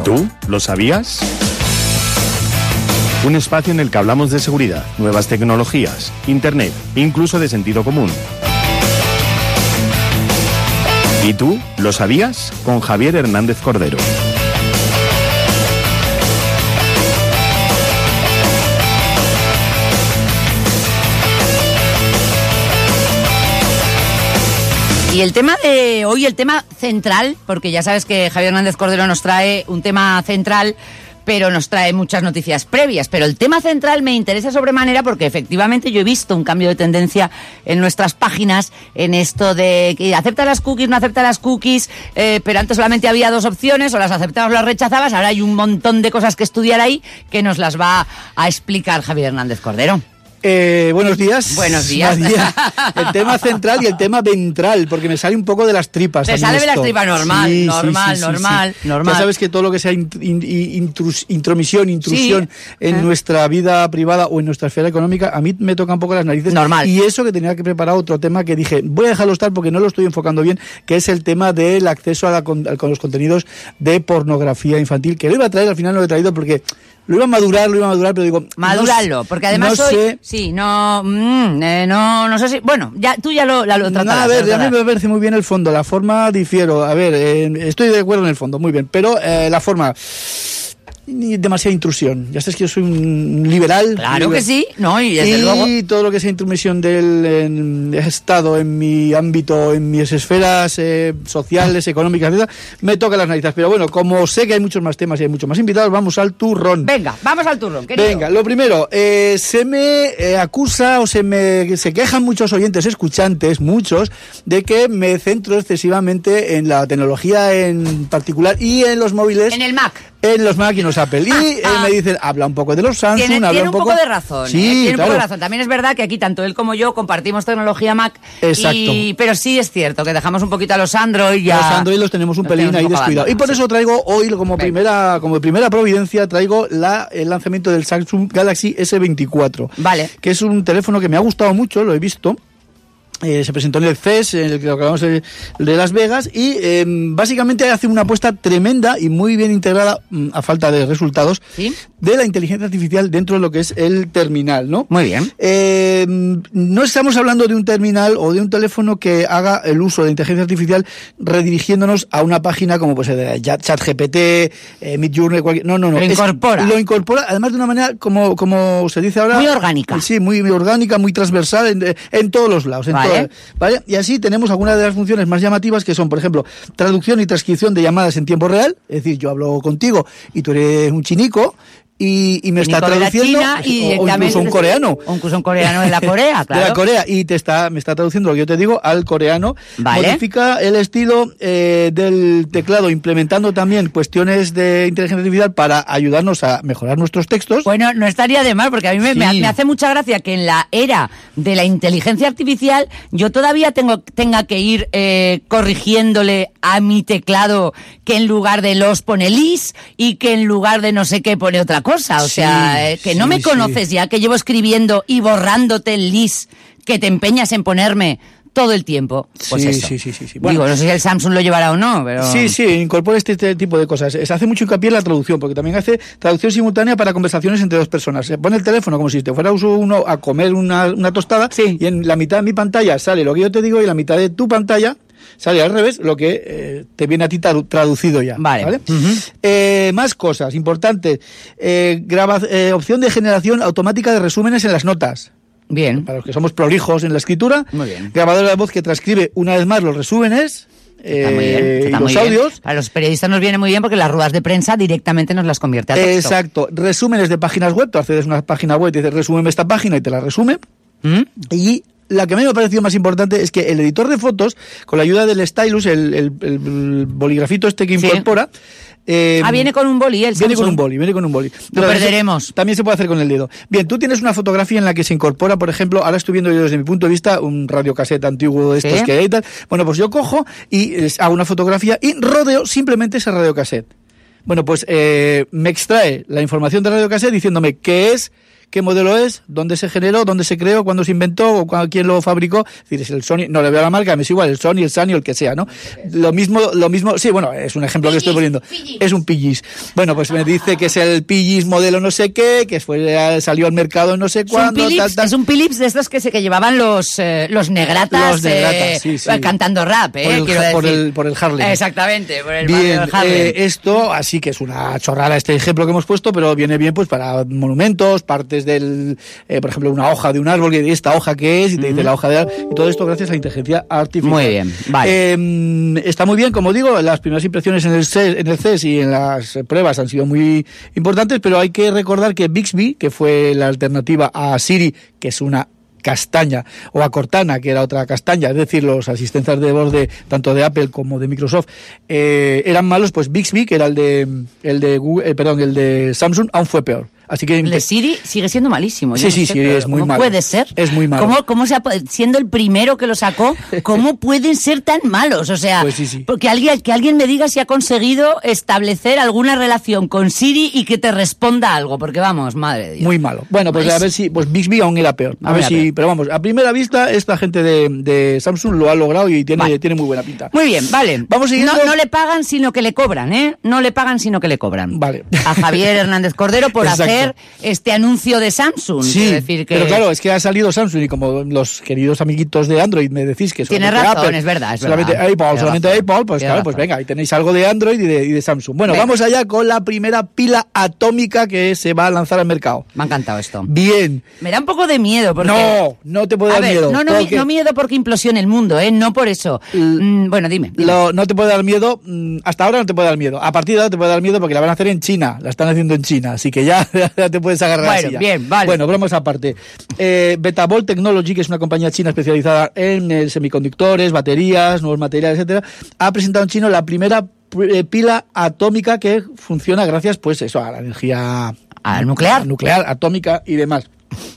tú lo sabías? Un espacio en el que hablamos de seguridad, nuevas tecnologías, internet, incluso de sentido común. ¿Y tú lo sabías? Con Javier Hernández Cordero. Y el tema de hoy, el tema central, porque ya sabes que Javier Hernández Cordero nos trae un tema central, pero nos trae muchas noticias previas. Pero el tema central me interesa sobremanera porque efectivamente yo he visto un cambio de tendencia en nuestras páginas en esto de que acepta las cookies, no acepta las cookies, pero antes solamente había dos opciones, o las aceptabas o las rechazabas. Ahora hay un montón de cosas que estudiar ahí que nos las va a explicar Javier Hernández Cordero. Buenos días. Buenos días. María. El tema central y el tema ventral, porque me sale un poco de las tripas. Te sale de las tripas, normal, sí, normal. Ya sabes que todo lo que sea intrusión en nuestra vida privada o en nuestra esfera económica, a mí me toca un poco las narices. Normal. Y eso que tenía que preparar otro tema que dije, voy a dejarlo estar porque no lo estoy enfocando bien, que es el tema del acceso con los contenidos de pornografía infantil, que lo iba a traer, al final no lo he traído porque... Lo iba a madurar, pero digo... Madurarlo, porque además no hoy... sé. Sí, no sé si... Bueno, tú ya lo tratarás. No, a ver, a mí me parece muy bien el fondo, la forma difiero. A ver, estoy de acuerdo en el fondo, muy bien, pero la forma... demasiada intrusión. Ya sabes que yo soy un liberal. Claro que sí, no, y desde luego. Y todo lo que sea intromisión del Estado en mi ámbito, en mis esferas sociales, económicas, etc., me toca las narices. Pero bueno, como sé que hay muchos más temas y hay muchos más invitados, vamos al turrón. Venga, vamos al turrón, querido. Venga, lo primero, se me acusa o se quejan muchos oyentes, escuchantes, muchos, de que me centro excesivamente en la tecnología en particular y en los móviles. En el Mac. En los Mac y en los Apple. Y me dicen, habla un poco de los Samsung, tiene un poco de razón. Sí, tiene claro. un poco de razón. También es verdad que aquí tanto él como yo compartimos tecnología Mac. Exacto. Pero sí es cierto que dejamos un poquito a los Android ya. Los Android los tenemos un pelín ahí descuidados. Y por eso traigo hoy, como primera providencia, traigo el lanzamiento del Samsung Galaxy S24. Vale. Que es un teléfono que me ha gustado mucho, lo he visto. Se presentó en el CES, en el que hablamos de Las Vegas, y básicamente hace una apuesta tremenda y muy bien integrada, a falta de resultados, ¿sí?, de la inteligencia artificial dentro de lo que es el terminal, ¿no? Muy bien. No estamos hablando de un terminal o de un teléfono que haga el uso de inteligencia artificial redirigiéndonos a una página como pues ChatGPT, Midjourney, no. Lo incorpora, además de una manera, como se dice ahora... Muy orgánica. Sí, muy orgánica, muy transversal en todos los lados. ¿Vale? Y así tenemos algunas de las funciones más llamativas que son, por ejemplo, traducción y transcripción de llamadas en tiempo real, es decir, yo hablo contigo y tú eres un chinico y me está traduciendo, o incluso un coreano. O incluso un coreano de la Corea, claro. De la Corea, y me está traduciendo lo que yo te digo al coreano. Vale. Modifica el estilo del teclado, implementando también cuestiones de inteligencia artificial para ayudarnos a mejorar nuestros textos. Bueno, no estaría de mal, porque a mí me hace mucha gracia que en la era de la inteligencia artificial yo todavía tenga que ir corrigiéndole a mi teclado que en lugar de los pone lis y que en lugar de no sé qué pone otra cosa. O sea, que no me conoces ya, que llevo escribiendo y borrándote el lis que te empeñas en ponerme todo el tiempo. Pues eso. Sí. Bueno, digo, no sé si el Samsung lo llevará o no, pero... Sí, incorpora este tipo de cosas. Se hace mucho hincapié en la traducción, porque también hace traducción simultánea para conversaciones entre dos personas. Se pone el teléfono como si te fuera uno a comer una tostada, y en la mitad de mi pantalla sale lo que yo te digo y en la mitad de tu pantalla sale al revés lo que te viene a ti traducido ya. Vale. Uh-huh. Más cosas importantes. Opción de generación automática de resúmenes en las notas. Bien. Para los que somos prolijos en la escritura. Muy bien. Grabadora de voz que transcribe una vez más los resúmenes. Está muy bien, y los audios. A los periodistas nos viene muy bien porque las ruedas de prensa directamente nos las convierte a texto. Exacto. Resúmenes de páginas web. Tú accedes a una página web y dices, resúmeme esta página y te la resume. Y la que a mí me ha parecido más importante es que el editor de fotos, con la ayuda del stylus, el boligrafito que incorpora... viene con un boli, Viene con un boli. Lo perderemos. También se puede hacer con el dedo. Bien, tú tienes una fotografía en la que se incorpora, por ejemplo, ahora estoy viendo yo desde mi punto de vista un radiocassette antiguo de estos que hay y tal. Bueno, pues yo cojo y hago una fotografía y rodeo simplemente ese radiocassette. Bueno, pues me extrae la información del radiocassette diciéndome qué es, qué modelo es, dónde se generó, dónde se creó, cuándo se inventó o quién lo fabricó. Es decir, es el Sony, no le veo la marca, me es igual, el Sony, el Sony o el que sea, ¿no? Lo mismo, sí, bueno, es un ejemplo que estoy poniendo. Es un Pigis. Bueno, pues me dice que es el Pigis modelo no sé qué, que salió al mercado no sé cuándo. Es un Philips de estos que llevaban los negratas, sí. cantando rap, por el Harley. Exactamente, por el bien, Harley. Esto, así que es una chorrada este ejemplo que hemos puesto, pero viene bien pues para monumentos, partes del, por ejemplo, una hoja de un árbol, que esta hoja que es, y te dice la hoja de árbol, y todo esto gracias a la inteligencia artificial. Muy bien, vale. Está muy bien, como digo, las primeras impresiones en el CES y en las pruebas han sido muy importantes, pero hay que recordar que Bixby, que fue la alternativa a Siri, que es una castaña, o a Cortana, que era otra castaña, es decir, los asistentes de voz tanto de Apple como de Microsoft eran malos, pues Bixby, que era el de Samsung, aún fue peor. Así que el de Siri sigue siendo malísimo. Sí, es muy malo. ¿Cómo puede ser? Es muy malo. ¿Cómo siendo el primero que lo sacó, cómo pueden ser tan malos? O sea, pues sí. Porque que alguien me diga si ha conseguido establecer alguna relación con Siri y que te responda algo, porque vamos, madre de Dios. Muy malo. Bueno, pues a ver si, pues Bixby aún era peor. Pero vamos, a primera vista esta gente de Samsung lo ha logrado y tiene muy buena pinta. Muy bien, vale. Vamos siguiendo. No le pagan sino que le cobran, ¿eh? No le pagan sino que le cobran. Vale. A Javier Hernández Cordero por hacer este anuncio de Samsung. Sí, decir que... pero claro, es que ha salido Samsung y como los queridos amiguitos de Android me decís que tiene razón, Apple, es verdad. Solamente Apple, pues claro, pues venga, ahí tenéis algo de Android y de Samsung. Bueno, vamos allá con la primera pila atómica que se va a lanzar al mercado. Me ha encantado esto. Bien. Me da un poco de miedo porque... No te puede dar miedo. No miedo porque implosione el mundo, no por eso. Bueno, dime. No te puede dar miedo, hasta ahora no te puede dar miedo. A partir de ahora te puede dar miedo porque la van a hacer en China, la están haciendo en China, así que ya te puedes agarrar bueno, así. Bien, vale. Bueno, bromas aparte. Betavolt Technology, que es una compañía china especializada en semiconductores, baterías, nuevos materiales, etcétera, ha presentado en China la primera pila atómica que funciona gracias, pues eso, a la energía nuclear, atómica y demás.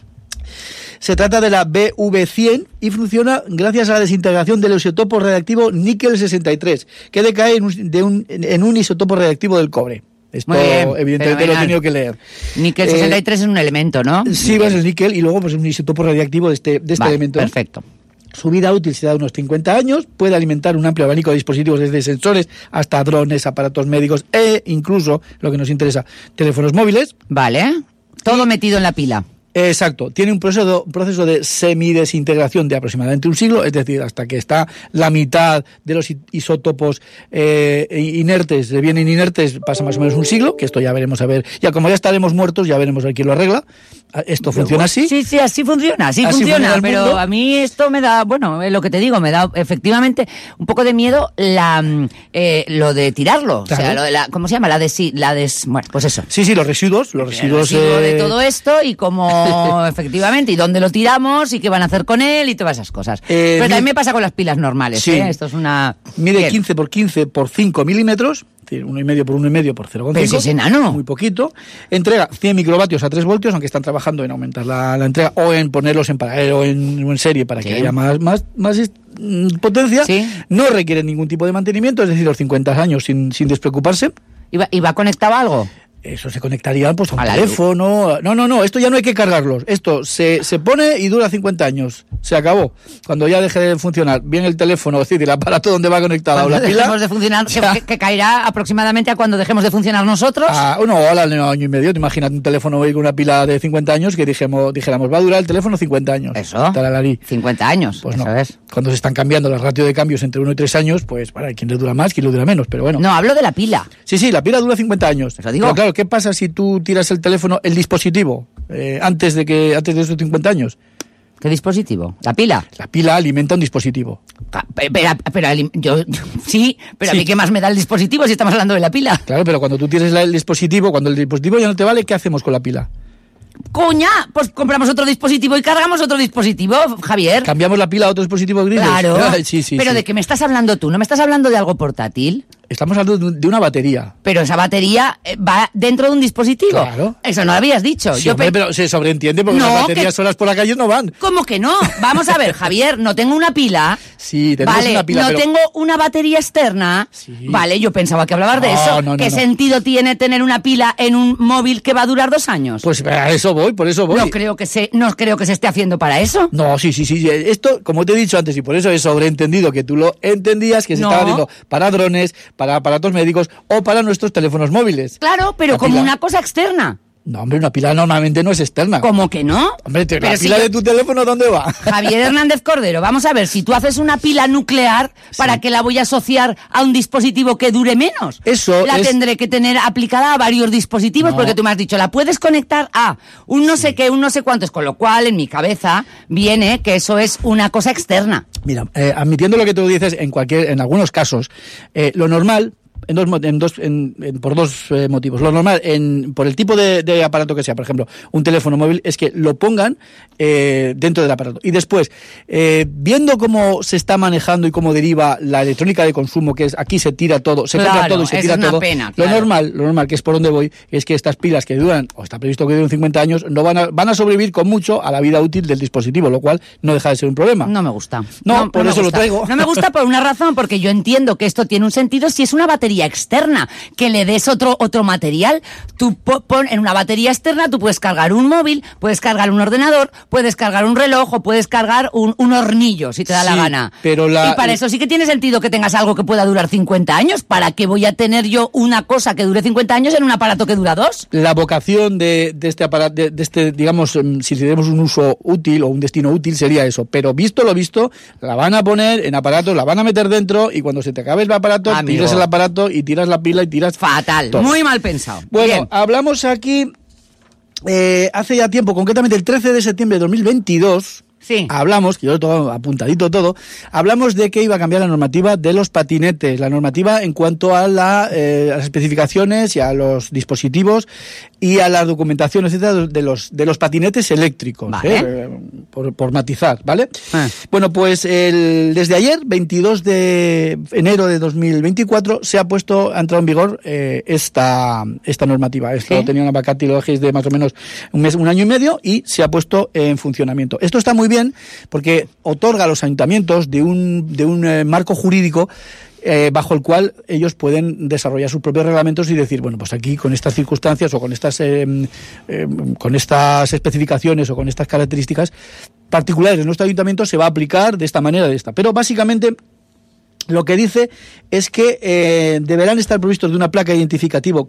Se trata de la BV100 y funciona gracias a la desintegración del isótopo radiactivo níquel 63, que decae en un isótopo radiactivo del cobre. Esto bien, evidentemente lo he tenido que leer. Níquel 63 es un elemento, ¿no? Sí, pues es níquel y luego pues un isótopo radiactivo de este elemento. Perfecto. Su vida útil será de unos 50 años, puede alimentar un amplio abanico de dispositivos desde sensores hasta drones, aparatos médicos e incluso, lo que nos interesa, teléfonos móviles. Vale, todo metido en la pila. Exacto, tiene un proceso de semidesintegración de aproximadamente un siglo, es decir, hasta que está la mitad de los isótopos inertes, vienen inertes, pasa más o menos un siglo, que esto ya veremos a ver, ya como ya estaremos muertos, ya veremos a ver quién lo arregla. Esto funciona así. Sí, así funciona, pero a mí esto me da, lo que te digo, me da efectivamente un poco de miedo lo de tirarlo, claro. O sea, lo de ¿cómo se llama? Bueno, pues eso. Sí, los residuos. El residuo de todo esto y como efectivamente, y dónde lo tiramos y qué van a hacer con él y todas esas cosas. Pero también me pasa con las pilas normales, sí. Esto es una... Mide 15 por 15 por 5 milímetros, es decir, 1,5 por 1,5 por 0,5. Pero si es enano. Muy poquito. Entrega 100 microvatios a 3 voltios, aunque están trabajando en aumentar la entrega o en ponerlos en paralelo o en serie para que haya más potencia. Sí. No requiere ningún tipo de mantenimiento, es decir, los 50 años sin despreocuparse. ¿Y va conectado a algo? Eso se conectaría pues a un teléfono. No, esto ya no hay que cargarlos. Esto se pone y dura 50 años. Se acabó. Cuando ya deje de funcionar bien el teléfono, es decir, el aparato donde va conectada la pila. Dejemos de funcionar, que caerá aproximadamente a cuando dejemos de funcionar nosotros. Al año y medio. Te imaginas un teléfono con una pila de 50 años que dijéramos, va a durar el teléfono 50 años. Eso. 50 años. Pues eso no. Es. Cuando se están cambiando las ratios de cambios entre 1 y 3 años, pues para quién le dura más, quién le dura menos, pero bueno. No, hablo de la pila. Sí, la pila dura 50 años. Eso digo. Pero claro, ¿qué pasa si tú tiras el teléfono, el dispositivo, antes de esos 50 años? ¿Qué dispositivo? ¿La pila? La pila alimenta un dispositivo. Sí, pero a mí ¿qué más me da el dispositivo si estamos hablando de la pila? Claro, pero cuando tú tienes el dispositivo, cuando el dispositivo ya no te vale, ¿qué hacemos con la pila? ¡Coña! Pues compramos otro dispositivo y cargamos otro dispositivo, Javier. ¿Cambiamos la pila a otro dispositivo gris? Claro. Sí. Pero ¿de qué me estás hablando tú? ¿No me estás hablando de algo portátil? Estamos hablando de una batería. Pero esa batería va dentro de un dispositivo. Claro. Eso no lo habías dicho. Sí, hombre, pero se sobreentiende porque las baterías solas por la calle no van. ¿Cómo que no? Vamos a ver, Javier, no tengo una pila. Sí, tenemos una pila, no tengo una batería externa. Sí. Vale, yo pensaba que hablabas de eso. ¿Qué sentido tiene tener una pila en un móvil que va a durar 2 años? Pues a eso voy, por eso voy. No creo que se esté haciendo para eso. No, sí. Esto, como te he dicho antes, y por eso he sobreentendido que tú lo entendías, que se estaba haciendo para drones, para aparatos médicos o para nuestros teléfonos móviles. Claro, pero como una cosa externa. No, hombre, una pila normalmente no es externa. ¿Cómo que no? Hombre, la pila de tu teléfono, ¿dónde va? Javier Hernández Cordero, vamos a ver, si tú haces una pila nuclear, ¿para qué la voy a asociar a un dispositivo que dure menos? Tendré que tener aplicada a varios dispositivos, porque tú me has dicho, la puedes conectar a un no sé qué, un no sé cuántos, con lo cual en mi cabeza viene que eso es una cosa externa. Mira, admitiendo lo que tú dices, en algunos casos, lo normal... por dos motivos. Lo normal, por el tipo de aparato que sea, por ejemplo, un teléfono móvil, es que lo pongan dentro del aparato. Y después, viendo cómo se está manejando y cómo deriva la electrónica de consumo, que es aquí se tira todo, se compra todo y se tira todo. Pena, lo normal, que es por donde voy, es que estas pilas que duran, o está previsto que duren 50 años, no van a sobrevivir con mucho a la vida útil del dispositivo, lo cual no deja de ser un problema. No me gusta. No, por eso lo traigo. No me gusta por una razón, porque yo entiendo que esto tiene un sentido si es una batería externa, que le des otro material. Tú en una batería externa tú puedes cargar un móvil, puedes cargar un ordenador, puedes cargar un reloj o puedes cargar un hornillo si te da la gana. Pero y para eso sí que tiene sentido que tengas algo que pueda durar 50 años. ¿Para qué voy a tener yo una cosa que dure 50 años en un aparato que dura 2? La vocación de este aparato, de este, digamos, si tenemos un uso útil o un destino útil, sería eso. Pero visto lo visto, la van a poner en aparatos, la van a meter dentro y cuando se te acabe el aparato, tiras el aparato y tiras la pila y tiras... Fatal, todo. Muy mal pensado. Bueno, Bien. hablamos aquí hace ya tiempo, concretamente el 13 de septiembre de 2022... Sí. Hablamos, que yo lo tengo apuntadito todo, hablamos de que iba a cambiar la normativa de los patinetes, la normativa en cuanto a las especificaciones y a los dispositivos y a la documentación, etcétera, de los patinetes eléctricos, vale. Por matizar, ¿vale? Bueno, pues desde ayer, 22 de enero de 2024, ha entrado en vigor esta normativa. Esto tenía una vacatio legis de más o menos un año y medio y se ha puesto en funcionamiento. Esto está muy bien porque otorga a los ayuntamientos de un marco jurídico bajo el cual ellos pueden desarrollar sus propios reglamentos y decir, bueno, pues aquí con estas circunstancias o con estas especificaciones o con estas características particulares de nuestro ayuntamiento se va a aplicar de esta manera, de esta. Pero básicamente lo que dice es que deberán estar provistos de una placa identificativa,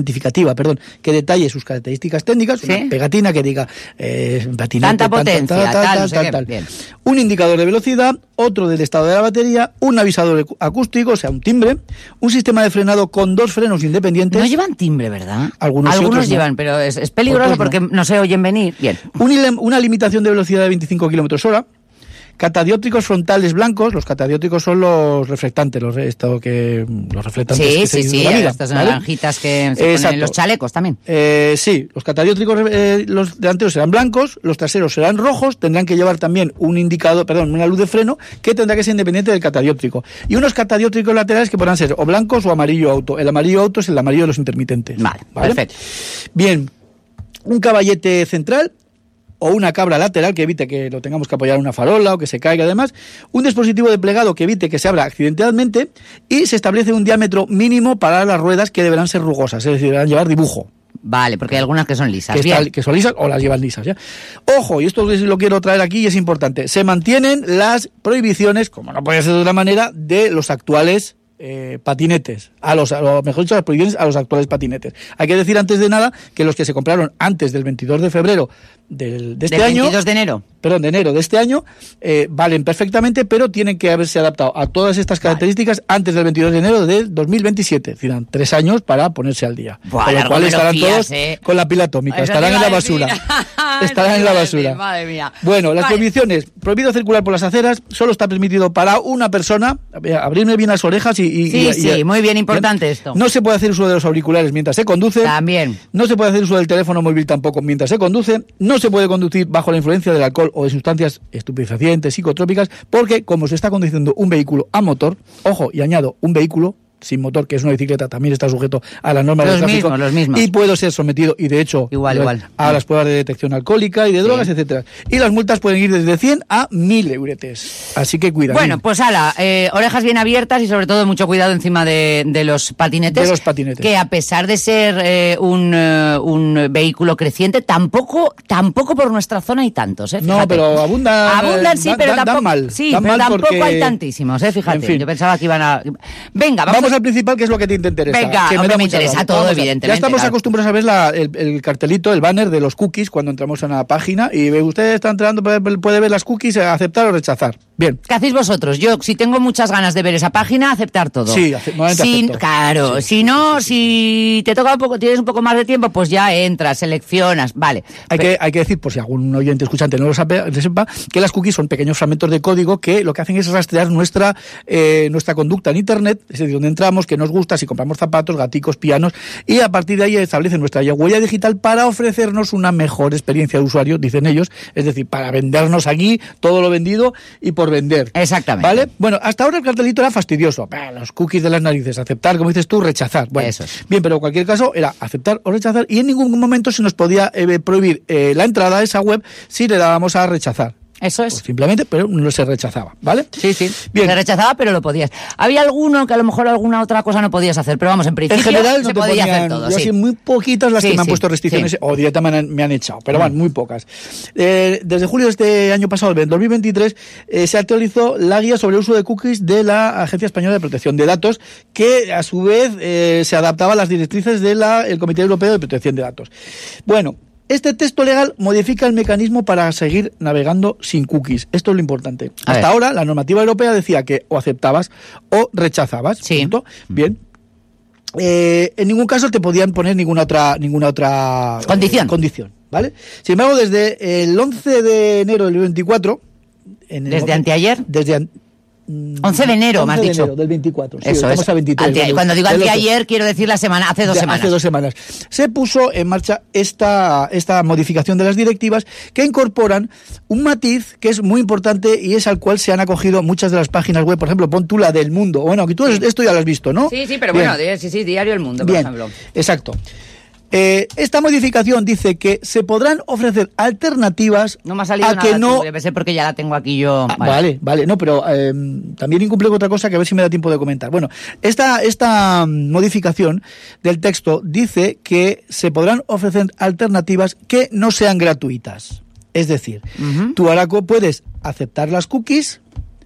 que detalle sus características técnicas, una pegatina que diga patinete, tanta potencia, tal. Un indicador de velocidad, otro del estado de la batería, un avisador acústico, o sea, un timbre, un sistema de frenado con 2 frenos independientes. No llevan timbre, ¿verdad? Algunos llevan, no. Pero es peligroso porque no se oyen venir. Bien. Una limitación de velocidad de 25 km/h. Catadióptricos frontales blancos. Los catadióptricos son los reflectantes, los reflectantes que se dicen de la vida, estas ¿vale? naranjitas que se ponen en los chalecos también. Sí, los catadióptricos, los delanteros serán blancos, los traseros serán rojos, tendrán que llevar también una luz de freno que tendrá que ser independiente del catadióptrico. Y unos catadióptricos laterales que podrán ser o blancos o amarillo auto. El amarillo auto es el amarillo de los intermitentes. Vale, perfecto. Bien, un caballete central o una cabra lateral que evite que lo tengamos que apoyar en una farola o que se caiga, además, un dispositivo de plegado que evite que se abra accidentalmente y se establece un diámetro mínimo para las ruedas que deberán ser rugosas, es decir, deberán llevar dibujo. Vale, porque hay algunas que son lisas. Que son lisas o las llevan lisas, ¿ya? Ojo, y esto lo quiero traer aquí y es importante, se mantienen las prohibiciones, como no puede ser de otra manera, de los actuales patinetes, mejor dicho, las prohibiciones a los actuales patinetes. Hay que decir antes de nada que los que se compraron antes del 22 de febrero de este año... 22 de enero. Perdón, de enero de este año, valen perfectamente, pero tienen que haberse adaptado a todas estas características antes del 22 de enero de 2027. Es decir, 3 años para ponerse al día. Con lo cual estarán todos con la pila atómica, estarán en la basura. Estarán en la basura. Madre mía. Bueno, las prohibiciones. Prohibido circular por las aceras, solo está permitido para una persona. Abrirme bien las orejas Sí, muy bien, importante esto. No se puede hacer uso de los auriculares mientras se conduce. También. No se puede hacer uso del teléfono móvil tampoco mientras se conduce. No se puede conducir bajo la influencia del alcohol o de sustancias estupefacientes, psicotrópicas, porque como se está conduciendo un vehículo a motor, ojo, y añado, un vehículo sin motor, que es una bicicleta, también está sujeto a las normas del tráfico. Los mismos. Y puedo ser sometido, y de hecho, igual. a las pruebas de detección alcohólica y de drogas, etcétera. Y las multas pueden ir desde 100 a 1.000 euretes. Así que cuidado. Bueno, pues orejas bien abiertas y sobre todo mucho cuidado encima de los patinetes. De los patinetes. Que a pesar de ser un vehículo creciente, tampoco por nuestra zona hay tantos, fíjate. No, pero abundan sí, pero tampoco, mal. Sí, dan pero mal tampoco porque... hay tantísimos, fíjate. En fin. Yo pensaba que iban a... Venga, vamos al principal, que es lo que te interesa. Venga, que me interesa todo, evidentemente. Ya estamos acostumbrados a ver el cartelito, el banner de los cookies cuando entramos a una página y usted está entrando, puede ver las cookies, aceptar o rechazar. Bien. ¿Qué hacéis vosotros? Yo, si tengo muchas ganas de ver esa página, aceptar todo. Sí, acepto. Claro, sí, si no, si te toca tienes un poco más de tiempo, pues ya entras, seleccionas, vale. Hay que decir, por si algún oyente escuchante no lo sepa, que las cookies son pequeños fragmentos de código que lo que hacen es rastrear nuestra conducta en Internet, es decir, donde entramos, qué nos gusta, si compramos zapatos, gaticos, pianos, y a partir de ahí establecen nuestra huella digital para ofrecernos una mejor experiencia de usuario, dicen ellos, es decir, para vendernos aquí todo lo vendido y por vender. Exactamente. ¿Vale? Bueno, hasta ahora el cartelito era fastidioso. Los cookies de las narices, aceptar, como dices tú, rechazar. Bueno, eso es. Bien, pero en cualquier caso era aceptar o rechazar y en ningún momento se nos podía prohibir la entrada a esa web si le dábamos a rechazar. Eso es. Pues simplemente, pero no se rechazaba, ¿vale? Sí. Bien. Se rechazaba, pero lo podías. Había alguno que a lo mejor alguna otra cosa no podías hacer, pero vamos, en principio en general, se podía hacer todo. Yo muy poquitas las que me han puesto restricciones sí. o directamente me han echado, pero van, muy pocas. Desde julio de este año pasado, el 2023, se actualizó la guía sobre el uso de cookies de la Agencia Española de Protección de Datos, que a su vez se adaptaba a las directrices del Comité Europeo de Protección de Datos. Bueno, este texto legal modifica el mecanismo para seguir navegando sin cookies. Esto es lo importante. Hasta ahora, la normativa europea decía que o aceptabas o rechazabas. Sí. ¿Punto? Bien. En ningún caso te podían poner ninguna otra condición, ¿vale? Sin embargo, desde el 11 de enero del 2024... ¿Desde anteayer? Desde 11 de enero, me has dicho. Del 24. Sí, eso estamos es. A 23. Cuando digo anteayer, quiero decir hace 2 semanas. Hace 2 semanas. Se puso en marcha esta modificación de las directivas que incorporan un matiz que es muy importante y es al cual se han acogido muchas de las páginas web. Por ejemplo, pon tú la del Mundo. Bueno, que tú esto ya lo has visto, ¿no? Sí, pero bien. Bueno, sí, Diario El Mundo, por ejemplo. Exacto. Esta modificación dice que se podrán ofrecer alternativas no me ha salido a nada, que no... Debe ser porque ya la tengo aquí yo. Vale. No, pero también incumple otra cosa que a ver si me da tiempo de comentar. Bueno, esta modificación del texto dice que se podrán ofrecer alternativas que no sean gratuitas. Es decir, tú ahora puedes aceptar las cookies...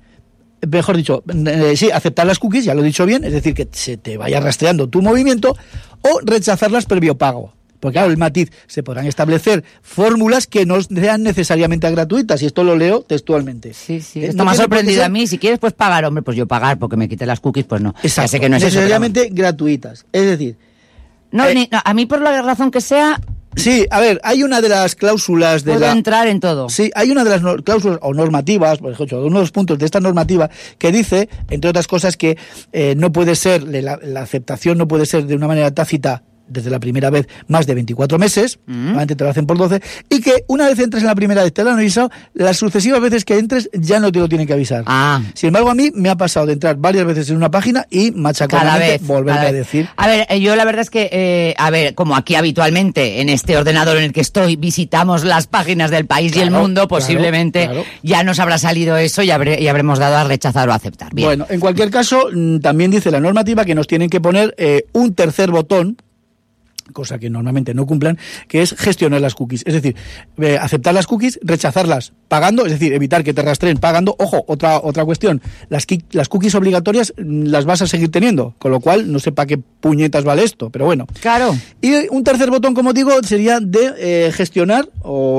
Mejor dicho, aceptar las cookies, ya lo he dicho bien, es decir, que se te vaya rastreando tu movimiento, o rechazarlas previo pago. Porque claro, el matiz, se podrán establecer fórmulas que no sean necesariamente gratuitas, y esto lo leo textualmente. Sí. Esto me ha sorprendido a mí. Si quieres, pues pagar, hombre, pues yo pagar, porque me quite las cookies, pues no. Exacto, ya sé que no es necesariamente eso, pero... gratuitas. Es decir... No, a mí por la razón que sea... Sí, a ver, hay una de las cláusulas de Puedo entrar en todo. Sí, hay una de las cláusulas o normativas, por ejemplo, uno de los puntos de esta normativa que dice, entre otras cosas, que no puede ser, la aceptación no puede ser de una manera tácita desde la primera vez más de 24 meses, normalmente te lo hacen por 12, y que una vez entres en la primera vez te lo han avisado, las sucesivas veces que entres ya no te lo tienen que avisar. Sin embargo, a mí me ha pasado de entrar varias veces en una página y machaconamente volverme a decir. A ver, yo la verdad es que, como aquí habitualmente en este ordenador en el que estoy visitamos las páginas del país y el mundo, posiblemente ya nos habrá salido eso y habremos dado a rechazar o aceptar. Bien. Bueno, en cualquier caso, también dice la normativa que nos tienen que poner un tercer botón, cosa que normalmente no cumplan, que es gestionar las cookies. Es decir, aceptar las cookies, rechazarlas pagando, es decir, evitar que te rastreen pagando. Ojo, otra cuestión, las cookies obligatorias las vas a seguir teniendo, con lo cual no sé para qué puñetas vale esto, pero bueno. Claro. Y un tercer botón, como digo, sería de gestionar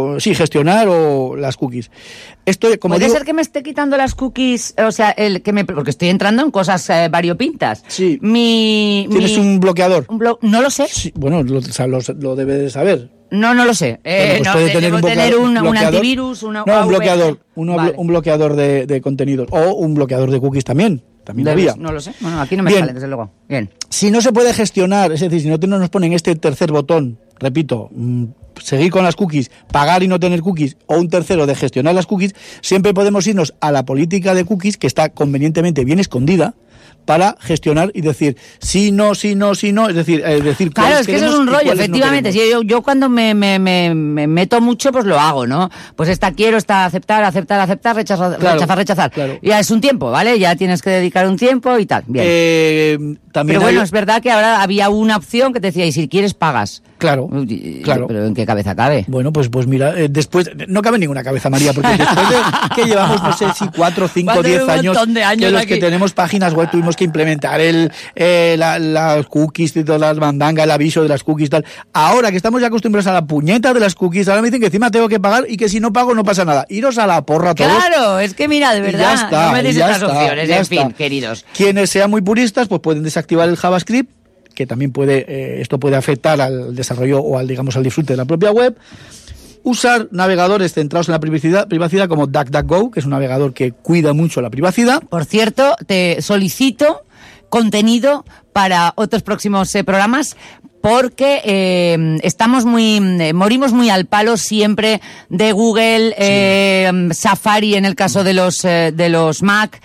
las cookies. Esto, como ¿Puede digo, ser que me esté quitando las cookies, o sea, porque estoy entrando en cosas variopintas? Sí. ¿Tienes un bloqueador? No lo sé. Sí, bueno, lo debes de saber. No lo sé. Bueno, pues puede tener un antivirus, un bloqueador de contenidos o un bloqueador de cookies también. También había. No lo sé. Bueno, aquí no me sale, desde luego. Bien. Si no se puede gestionar, es decir, si no nos ponen este tercer botón, repito, seguir con las cookies, pagar y no tener cookies, o un tercero de gestionar las cookies, siempre podemos irnos a la política de cookies, que está convenientemente bien escondida, para gestionar y decir sí, no, sí, no, sí, no, es decir claro, es que eso es un rollo, efectivamente. Si yo cuando me meto mucho, pues lo hago, ¿no? Pues esta quiero, esta aceptar, rechazar. Claro. Ya es un tiempo, ¿vale? Ya tienes que dedicar un tiempo y tal. Bien. También pero bueno, es verdad que ahora había una opción que te decía, y si quieres pagas. Claro. Pero ¿en qué cabeza cabe? Bueno, pues mira, después no cabe en ninguna cabeza, María, porque después de que llevamos, no sé si 4, 5, 10 años que los que tenemos páginas web tuvimos que implementar las cookies y todas las mandangas, el aviso de las cookies y tal. Ahora que estamos ya acostumbrados a la puñeta de las cookies, ahora me dicen que encima tengo que pagar y que si no pago no pasa nada. Iros a la porra todos. Claro, es que mira, de verdad, está, no me des estas opciones, en fin, está. Queridos. Quienes sean muy puristas, pues pueden desactivar el JavaScript, que también esto puede afectar al desarrollo o al disfrute de la propia web. Usar navegadores centrados en la privacidad como DuckDuckGo, que es un navegador que cuida mucho la privacidad. Por cierto, te solicito contenido para otros próximos programas, porque morimos muy al palo siempre de Google, Safari en el caso de los Mac,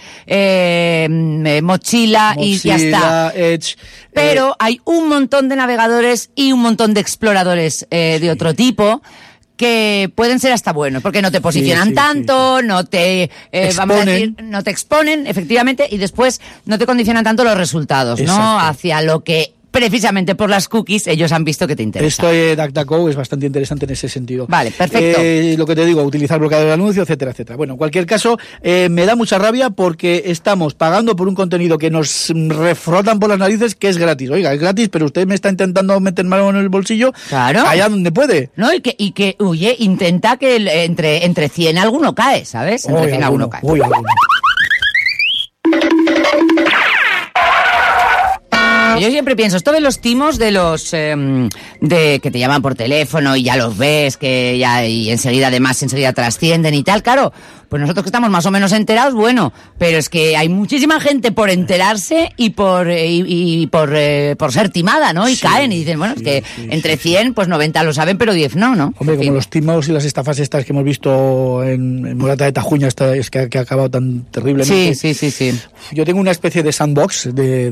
Mozilla y ya está. Edge. Pero hay un montón de navegadores y un montón de exploradores de otro tipo que pueden ser hasta buenos, porque no te posicionan tanto, no te vamos a decir, no te exponen, efectivamente, y después no te condicionan tanto los resultados, ¿no? Hacia lo que precisamente por las cookies ellos han visto que te interesa. Esto de DuckDuckGo es bastante interesante en ese sentido. Vale, perfecto. Lo que te digo, utilizar bloqueador de anuncios, etcétera, etcétera. Bueno, en cualquier caso, me da mucha rabia porque estamos pagando por un contenido que nos refrotan por las narices, que es gratis. Oiga, es gratis, pero usted me está intentando meter mano en el bolsillo, claro, allá donde puede. No, y que oye, intenta que entre 100 alguno cae, ¿sabes? Entre 100 alguno cae. Yo siempre pienso, esto de los timos de los de que te llaman por teléfono y ya los ves, que ya y enseguida trascienden y tal, claro, pues nosotros que estamos más o menos enterados, bueno, pero es que hay muchísima gente por enterarse y por ser timada, ¿no? Y caen y dicen, bueno, es que entre 100, pues 90 lo saben, pero 10 no. Hombre, como los timos y las estafas estas que hemos visto en Morata de Tajuña, es que ha acabado tan terriblemente. Sí. Yo tengo una especie de sandbox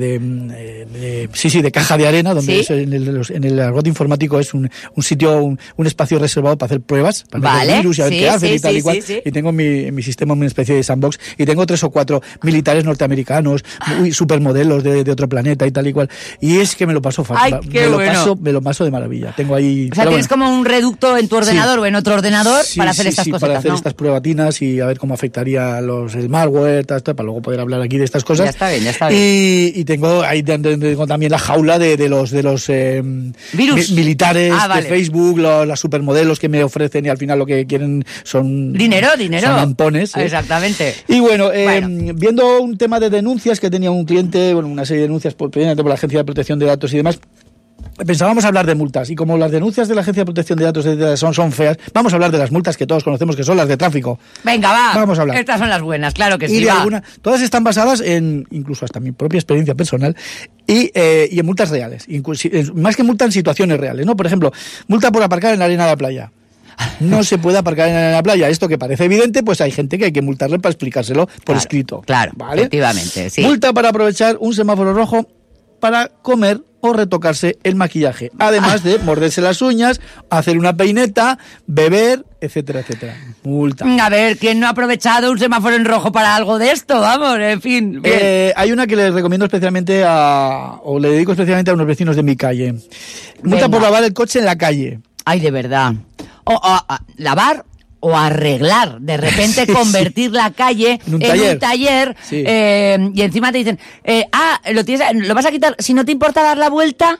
de caja de arena, donde en el argot informático es un sitio, un espacio reservado para hacer pruebas, para meter virus y a ver qué hacen y tal y cual. Y tengo en mi sistema una especie de sandbox y tengo 3 o 4 militares norteamericanos, supermodelos de otro planeta y tal y cual. Y es que me lo paso fácil. Me lo paso de maravilla. Tengo ahí. O sea, tienes como un reducto en tu ordenador o en otro ordenador para hacer estas cosas. Para hacer estas pruebatinas y a ver cómo afectaría el malware, tal, para luego poder hablar aquí de estas cosas. Ya está bien. Y tengo ahí también la jaula de los virus militares de Facebook, las supermodelos que me ofrecen y al final lo que quieren son dinero. Son ampones. Exactamente. Y bueno, viendo un tema de denuncias que tenía un cliente, una serie de denuncias por la Agencia de Protección de Datos y demás, pensábamos hablar de multas, y como las denuncias de la Agencia de Protección de Datos son feas, vamos a hablar de las multas que todos conocemos, que son las de tráfico. Venga, va. Vamos a hablar. Estas son las buenas, claro que sí. Todas están basadas en, incluso hasta mi propia experiencia personal, y en multas reales. Más que multa, en situaciones reales, ¿no? Por ejemplo, multa por aparcar en la arena de la playa. No se puede aparcar en la playa. Esto que parece evidente, pues hay gente que hay que multarle para explicárselo por escrito. Claro, ¿vale? Efectivamente, sí. Multa para aprovechar un semáforo rojo para comer o retocarse el maquillaje, además de morderse las uñas, hacer una peineta, beber, etcétera, etcétera. Multa. A ver, ¿quién no ha aprovechado un semáforo en rojo para algo de esto? Vamos, en fin. Hay una que le recomiendo especialmente o le dedico especialmente a unos vecinos de mi calle. Multa por lavar el coche en la calle. Ay, de verdad. O lavar o arreglar, de repente convertir la calle en un taller sí. Y encima te dicen, lo vas a quitar, si no te importa dar la vuelta,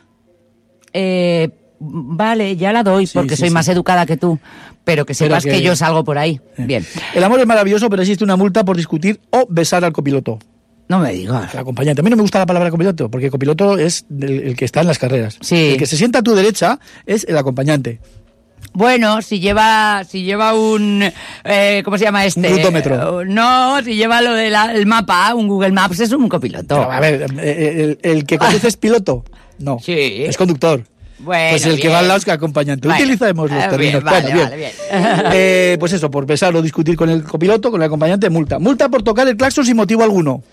vale, ya la doy porque soy más educada que tú, pero que sepas que yo salgo por ahí. Bien. El amor es maravilloso, pero existe una multa por discutir o besar al copiloto. No me digas. El acompañante. A mí no me gusta la palabra copiloto, porque el copiloto es el que está en las carreras. Sí. El que se sienta a tu derecha es el acompañante. Bueno, si lleva un... ¿cómo se llama este? Un rutómetro. No, si lleva lo del mapa, un Google Maps, es un copiloto. Pero, a ver, el que conduce es piloto. No, sí. Es conductor. Bueno, pues el que va al lado es que acompañante. Bueno, utilicemos los términos. Bien. Pues eso, por besar o discutir con el copiloto, con el acompañante, multa. Multa por tocar el claxon sin motivo alguno.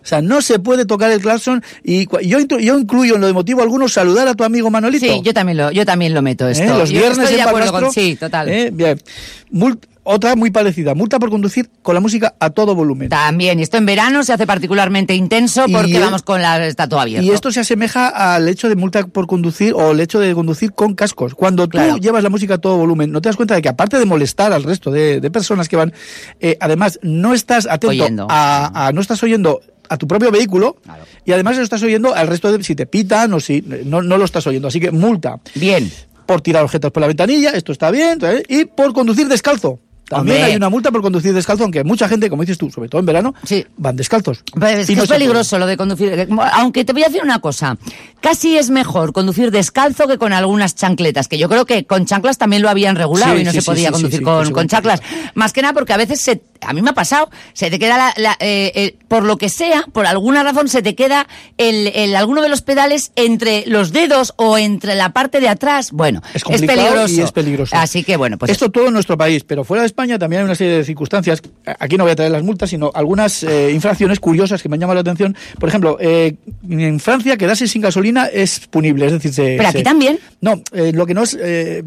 O sea, no se puede tocar el claxon y yo incluyo en lo de motivo alguno saludar a tu amigo Manolito. Sí, yo también lo meto esto. Los viernes estoy de en acuerdo Barbastro. Sí, total. Bien. Otra muy parecida, multa por conducir con la música a todo volumen. También, y esto en verano se hace particularmente intenso porque vamos está todo abierto. Y esto se asemeja al hecho de multa por conducir o el hecho de conducir con cascos. Cuando tú llevas la música a todo volumen, no te das cuenta de que aparte de molestar al resto de personas que van, además no estás atento no estás oyendo a tu propio vehículo, claro. Y además lo estás oyendo al resto de si te pitan o si no lo estás oyendo, así que multa. Bien. Por tirar objetos por la ventanilla, esto está bien, y por conducir descalzo. También hay una multa por conducir descalzo, aunque mucha gente, como dices tú, sobre todo en verano, van descalzos. Pues es peligroso lo de conducir. Aunque te voy a decir una cosa, casi es mejor conducir descalzo que con algunas chancletas, que yo creo que con chanclas también lo habían regulado y no se podía conducir con chanclas. Más que nada porque a veces a mí me ha pasado, se te queda por lo que sea, por alguna razón se te queda alguno de los pedales entre los dedos o entre la parte de atrás. Bueno, es peligroso. Y es peligroso. Así que bueno, pues esto todo en nuestro país, pero fuera de España también hay una serie de circunstancias. Aquí no voy a traer las multas, sino algunas infracciones curiosas que me han llamado la atención. Por ejemplo, en Francia quedarse sin gasolina es punible, es decir, pero aquí también. No, lo que no es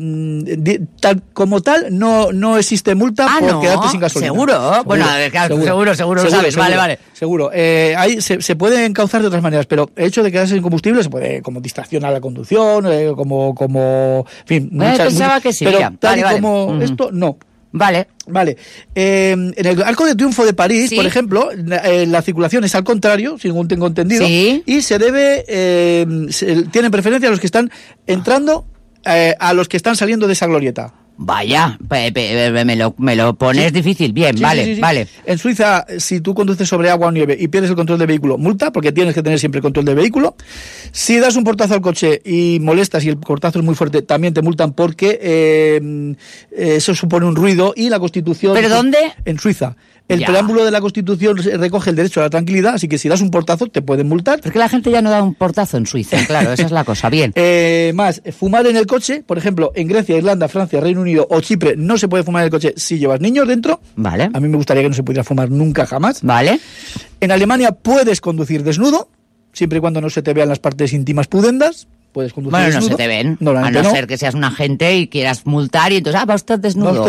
como tal no existe multa por quedarte sin gasolina. Seguro. Bueno, seguro lo sabes. Vale. Seguro. Ahí se puede encauzar de otras maneras, pero el hecho de quedarse sin combustible se puede como distracción a la conducción, como en fin. Pensaba que sí. Pero ya. tal y como esto, no. Vale. En el Arco de Triunfo de París, por ejemplo, la circulación es al contrario, según tengo entendido, y se debe, tienen preferencia a los que están entrando, a los que están saliendo de esa glorieta. Vaya, me lo pones difícil. Bien, vale. En Suiza, si tú conduces sobre agua o nieve y pierdes el control del vehículo, multa, porque tienes que tener siempre el control del vehículo. Si das un portazo al coche y molestas y el portazo es muy fuerte, también te multan porque eso supone un ruido y la Constitución... ¿Pero dónde? En Suiza. El preámbulo de la Constitución recoge el derecho a la tranquilidad, así que si das un portazo te pueden multar. Porque la gente ya no da un portazo en Suiza, claro, esa es la cosa, bien. Más, fumar en el coche, por ejemplo, en Grecia, Irlanda, Francia, Reino Unido o Chipre no se puede fumar en el coche si llevas niños dentro. Vale. A mí me gustaría que no se pudiera fumar nunca jamás. Vale. En Alemania puedes conducir desnudo, siempre y cuando no se te vean las partes íntimas pudendas. Puedes conducir desnudo. No se te ven, a no ser que seas un agente y quieras multar y entonces, va usted desnudo. No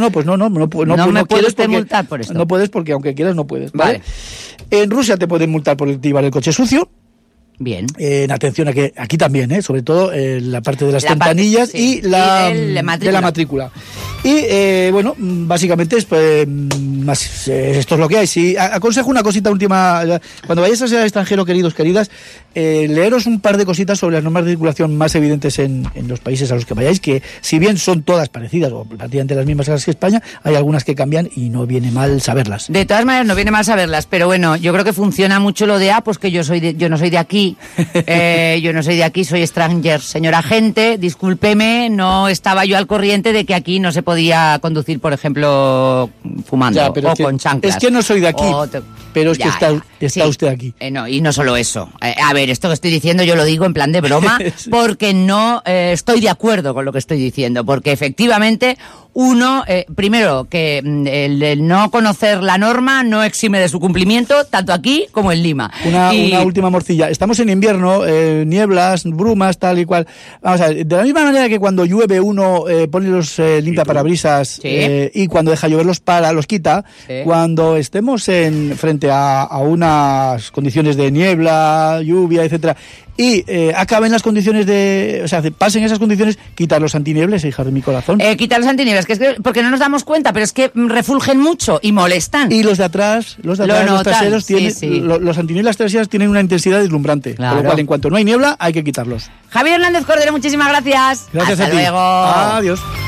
me puede usted multar por esto. No puedes porque aunque quieras no puedes. Vale. En Rusia te pueden multar por llevar el coche sucio. Bien. Atención a que aquí también, sobre todo la parte de las ventanillas y la matrícula. Y básicamente esto es lo que hay. Si aconsejo una cosita última, cuando vayáis al extranjero, queridas, leeros un par de cositas sobre las normas de circulación más evidentes en los países a los que vayáis, que si bien son todas parecidas o prácticamente las mismas que España, hay algunas que cambian y no viene mal saberlas. De todas maneras no viene mal saberlas, pero bueno, yo creo que funciona mucho lo de pues que yo no soy de aquí. Yo no soy de aquí, soy stranger. Señor agente, discúlpeme, no estaba yo al corriente de que aquí no se podía conducir, por ejemplo, fumando o con chanclas. Es que no soy de aquí, pero es que está usted aquí. No, y no solo eso. A ver, esto que estoy diciendo yo lo digo en plan de broma, porque no estoy de acuerdo con lo que estoy diciendo, porque efectivamente uno, primero, que el no conocer la norma no exime de su cumplimiento, tanto aquí como en Lima. Una última morcilla. Estamos en invierno, nieblas, brumas, tal y cual. Vamos a ver, de la misma manera que cuando llueve uno pone los limpiaparabrisas y cuando deja llover los quita, cuando estemos frente a unas condiciones de niebla, lluvia, etcétera, y acaben las condiciones pasen esas condiciones, quitar los antiniebles, hija de mi corazón. Quitar los antiniebles, que es que, porque no nos damos cuenta, pero es que refulgen mucho y molestan. Y los de atrás, los traseros, los antiniebles traseros tienen una intensidad deslumbrante, con lo cual en cuanto no hay niebla hay que quitarlos. Javier Hernández Cordero, muchísimas gracias. Gracias a ti. Hasta luego. Adiós.